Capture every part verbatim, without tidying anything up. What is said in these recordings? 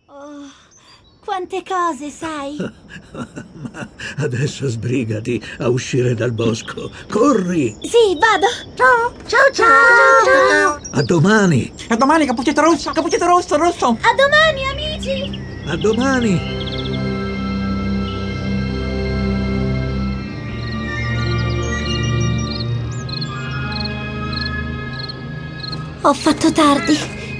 Oh, quante cose, sai? Ma adesso sbrigati a uscire dal bosco. Corri! Sì, vado! Ciao! Ciao ciao! Ciao! A domani! A domani, Cappuccetto Rosso! Cappuccetto Rosso, Rosso! A domani, amici! A domani! Ho fatto tardi.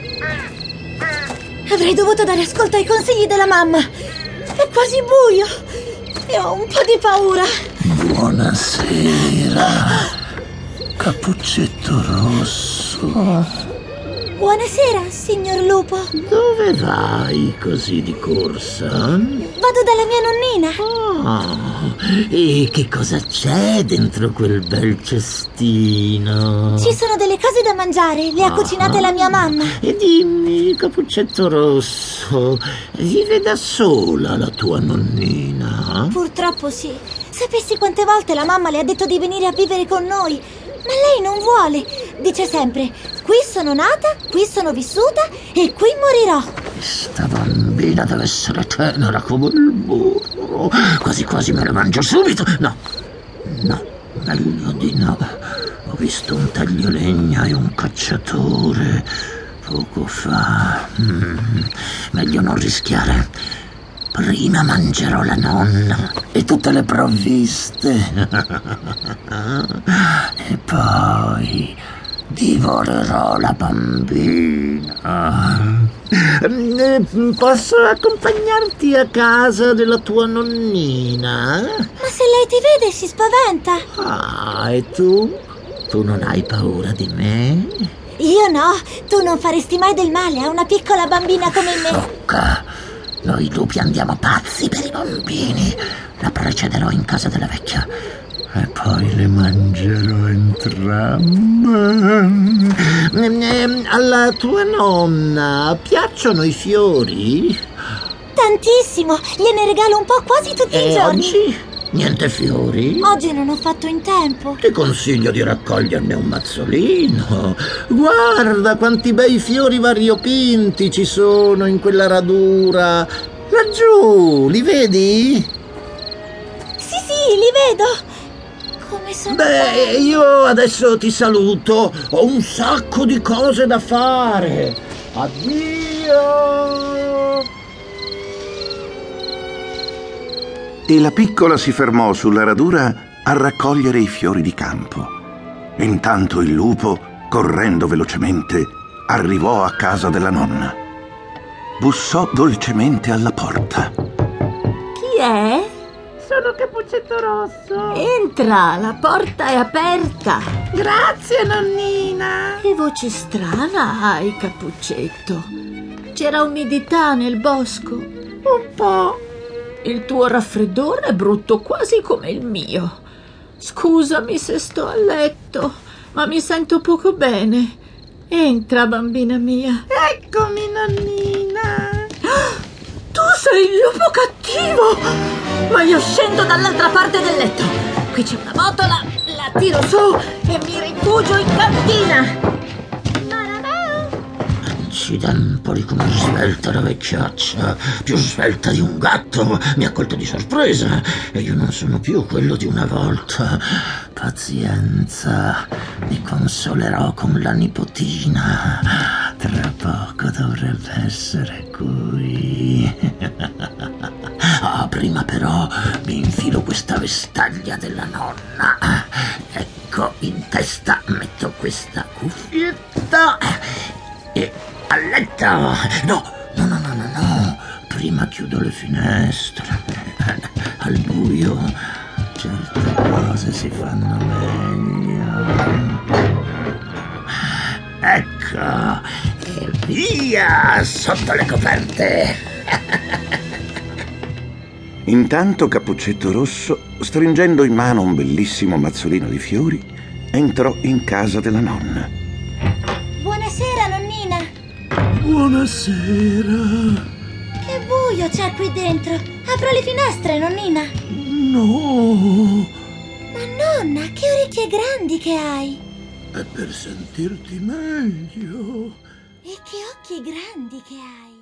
Avrei dovuto dare ascolto ai consigli della mamma. È quasi buio e ho un po' di paura. Buonasera, Cappuccetto Rosso. Buonasera, signor Lupo. Dove vai così di corsa? Vado dalla mia nonnina. Oh, e che cosa c'è dentro quel bel cestino? Ci sono delle cose da mangiare. Le ha cucinate la mia mamma. E dimmi, Cappuccetto Rosso, vive da sola la tua nonnina? Purtroppo sì. Sapessi quante volte la mamma le ha detto di venire a vivere con noi, ma lei non vuole. Dice sempre: qui sono nata, qui sono vissuta e qui morirò. Questa bambina deve essere tenera come il burro. Quasi quasi me la mangio subito. No, no, meglio di no. Ho visto un tagliolegna e un cacciatore poco fa. Mm, meglio non rischiare. Prima mangerò la nonna e tutte le provviste. E poi divorerò la bambina. Posso accompagnarti a casa della tua nonnina? Ma se lei ti vede si spaventa. Ah, e tu? Tu non hai paura di me? Io no, tu non faresti mai del male a una piccola bambina come me. Sciocca. Noi lupi andiamo pazzi per i bambini. La precederò in casa della vecchia e poi le mangerò entrambe. Alla tua nonna piacciono i fiori? Tantissimo, gliene regalo un po' quasi tutti i E giorni. oggi? Niente fiori? Oggi non ho fatto in tempo. Ti consiglio di raccoglierne un mazzolino. Guarda quanti bei fiori variopinti ci sono in quella radura. Laggiù, li vedi? Sì, sì, li vedo. Come sono Beh, belli. io adesso ti saluto. Ho un sacco di cose da fare. Addio! E la piccola si fermò sulla radura a raccogliere i fiori di campo. Intanto il lupo, correndo velocemente, arrivò a casa della nonna. Bussò dolcemente alla porta. Chi è? Sono Cappuccetto Rosso! Entra, la porta è aperta. Grazie, nonnina! Che voce strana hai, Cappuccetto. C'era umidità nel bosco? Un po'. Il tuo raffreddore è brutto quasi come il mio. Scusami se sto a letto, ma mi sento poco bene. Entra, bambina mia. Eccomi, nonnina! Tu sei il lupo cattivo! Ma io scendo dall'altra parte del letto. Qui c'è una botola, la tiro su e mi rifugio in cantina. Accidentoli, come svelta la vecchiaccia, più svelta di un gatto. Mi ha colto di sorpresa e io non sono più quello di una volta. Pazienza, mi consolerò con la nipotina. Tra poco dovrebbe essere qui. Ah, prima però mi infilo questa vestaglia della nonna. Ecco, in testa metto questa cuffietta e a letto! No, no, no, no, no, no. Prima chiudo le finestre. Al buio certe cose si fanno meglio. Ecco, e via sotto le coperte. Intanto Cappuccetto Rosso, stringendo in mano un bellissimo mazzolino di fiori, entrò in casa della nonna. Buonasera, nonnina. Buonasera. Che buio c'è qui dentro. Apro le finestre, nonnina. No, Ma nonna, che orecchie grandi che hai. è per sentirti meglio. E che occhi grandi che hai.